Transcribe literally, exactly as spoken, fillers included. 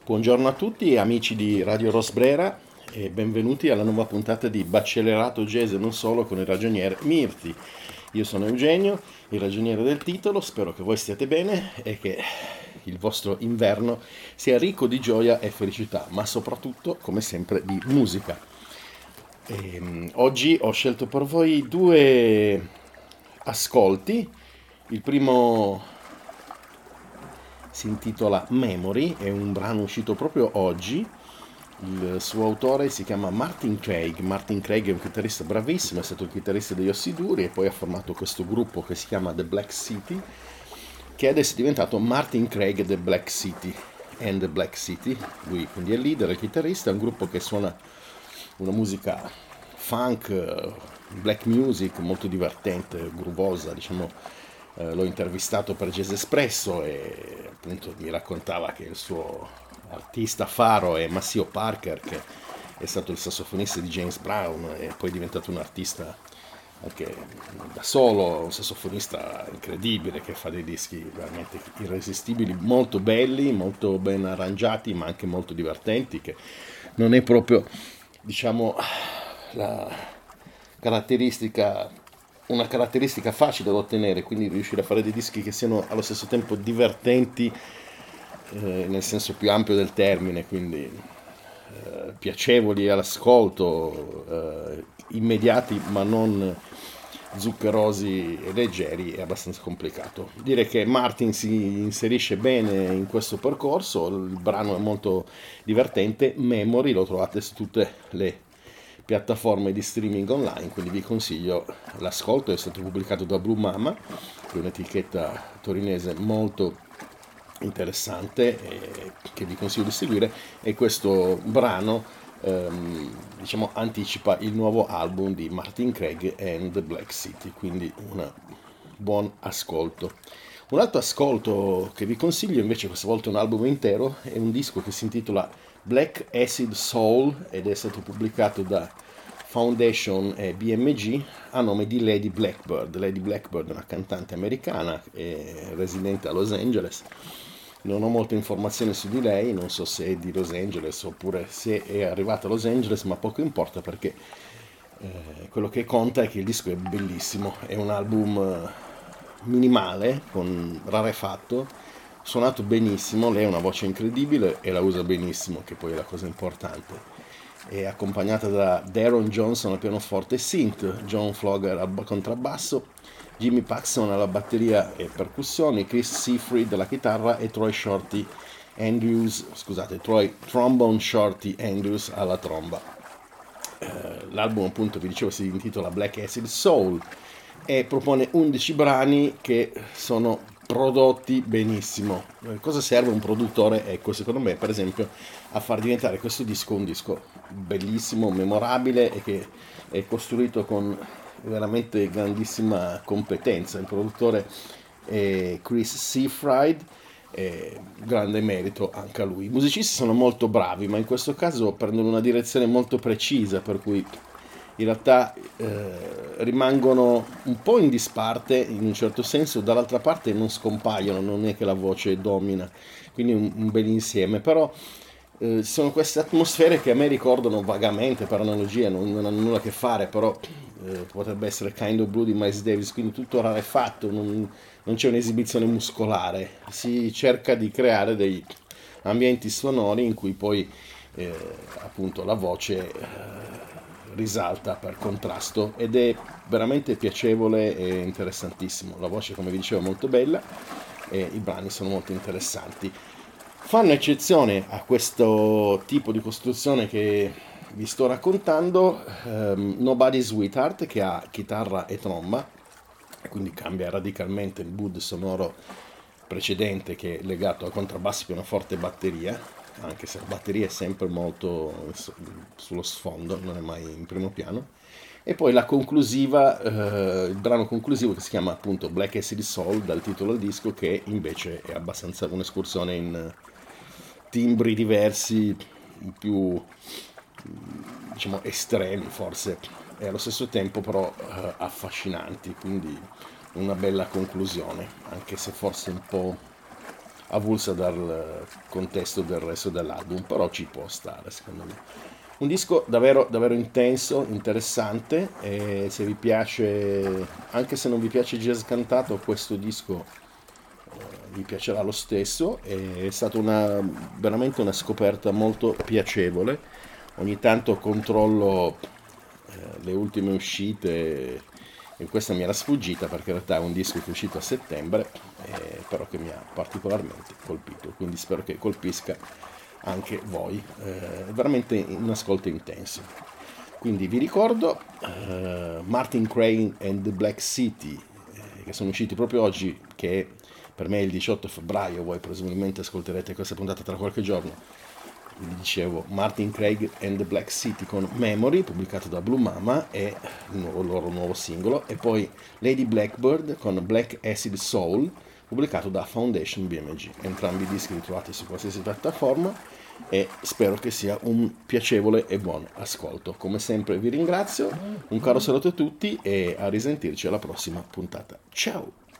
Buongiorno a tutti amici di Radio Rosbrera e benvenuti alla nuova puntata di Baccelerato Jazz e non solo con il ragioniere Mirti. Io sono Eugenio, il ragioniere del titolo, spero che voi stiate bene e che il vostro inverno sia ricco di gioia e felicità, ma soprattutto, come sempre, di musica. E, oggi ho scelto per voi due ascolti. Il primo si intitola Memory, è un brano uscito proprio oggi. Il suo autore si chiama Martin Craig. Martin Craig è un chitarrista bravissimo, è stato il chitarrista degli Ossi Duri e poi ha formato questo gruppo che si chiama The Black City, che adesso è diventato Martin Craig The Black City and The Black City. Lui quindi è il leader, è il chitarrista, è un gruppo che suona una musica funk, eh, black music molto divertente, groovosa, diciamo. Eh, l'ho intervistato per Jazz Espresso e appunto mi raccontava che il suo artista faro è Maceo Parker, che è stato il sassofonista di James Brown e poi è diventato un artista anche da solo, un sassofonista incredibile che fa dei dischi veramente irresistibili, molto belli, molto ben arrangiati, ma anche molto divertenti, che non è proprio, diciamo, la caratteristica una caratteristica facile da ottenere, quindi riuscire a fare dei dischi che siano allo stesso tempo divertenti, eh, nel senso più ampio del termine, quindi eh, piacevoli all'ascolto, eh, immediati ma non zuccherosi e leggeri, è abbastanza complicato. Dire che Martin si inserisce bene in questo percorso, il brano è molto divertente. Memory lo trovate su tutte le piattaforme di streaming online, quindi vi consiglio l'ascolto. È stato pubblicato da Blue Mama, che è un'etichetta torinese molto interessante e che vi consiglio di seguire, e questo brano ehm, diciamo anticipa il nuovo album di Martin Craig and the Black City, quindi un buon ascolto. Un altro ascolto che vi consiglio invece, questa volta un album intero, è un disco che si intitola Black Acid Soul ed è stato pubblicato da Foundation e B M G a nome di Lady Blackbird. Lady Blackbird è una cantante americana, è residente a Los Angeles. Non ho molte informazioni su di lei, non so se è di Los Angeles oppure se è arrivata a Los Angeles, ma poco importa perché eh, quello che conta è che il disco è bellissimo, è un album eh, minimale, con rarefatto, suonato benissimo, lei ha una voce incredibile e la usa benissimo, che poi è la cosa importante. È accompagnata da Daron Johnson al pianoforte e synth, John Flogger al contrabbasso, Jimmy Paxson alla batteria e percussioni, Chris Seafried alla chitarra e Troy Shorty Andrews, scusate, Troy Trombone Shorty Andrews alla tromba. Eh, l'album, appunto, vi dicevo, si intitola Black Acid Soul e propone undici brani che sono prodotti benissimo. Eh, Cosa serve un produttore? Ecco, secondo me, per esempio, a far diventare questo disco un disco bellissimo, memorabile e che è costruito con veramente grandissima competenza. Il produttore è Chris Seafried, e grande merito anche a lui. I musicisti sono molto bravi, ma in questo caso prendono una direzione molto precisa, per cui in realtà eh, rimangono un po' in disparte in un certo senso, dall'altra parte non scompaiono, non è che la voce domina, quindi un, un bel insieme. Però eh, ci sono queste atmosfere che a me ricordano vagamente, per analogia, non, non hanno nulla a che fare, però eh, potrebbe essere Kind of Blue di Miles Davis, quindi tutto rarefatto, non, non c'è un'esibizione muscolare, si cerca di creare dei ambienti sonori in cui poi eh, appunto la voce eh, risalta per contrasto, ed è veramente piacevole e interessantissimo. La voce, come vi dicevo, è molto bella e i brani sono molto interessanti. Fanno eccezione a questo tipo di costruzione che vi sto raccontando ehm, Nobody's Sweetheart, che ha chitarra e tromba, quindi cambia radicalmente il mood sonoro precedente, che è legato al contrabbasso, pianoforte e batteria, anche se la batteria è sempre molto sullo sfondo, non è mai in primo piano. E poi la conclusiva, eh, il brano conclusivo, che si chiama appunto Black Acid Soul, dal titolo al disco, che invece è abbastanza un'escursione in timbri diversi, più diciamo estremi forse, e allo stesso tempo però eh, affascinanti, quindi una bella conclusione, anche se forse un po' avulsa dal contesto del resto dell'album, però ci può stare secondo me. Un disco davvero, davvero intenso, interessante, e se vi piace, anche se non vi piace il jazz cantato, questo disco eh, vi piacerà lo stesso. È stata una, veramente una scoperta molto piacevole. Ogni tanto controllo eh, le ultime uscite e questa mi era sfuggita perché in realtà è un disco che è uscito a settembre, eh, però che mi ha particolarmente colpito, quindi spero che colpisca anche voi. Eh, è veramente un ascolto intenso. Quindi vi ricordo eh, Martin Crane and the Black City, eh, che sono usciti proprio oggi, che per me è il diciotto febbraio, voi presumibilmente ascolterete questa puntata tra qualche giorno. Vi dicevo Martin Craig and the Black City con Memory, pubblicato da Blue Mama, e il nuovo, loro nuovo singolo, e poi Lady Blackbird con Black Acid Soul, pubblicato da Foundation B M G. Entrambi i dischi li trovate su qualsiasi piattaforma e spero che sia un piacevole e buon ascolto. Come sempre vi ringrazio, un caro saluto a tutti e a risentirci alla prossima puntata. Ciao!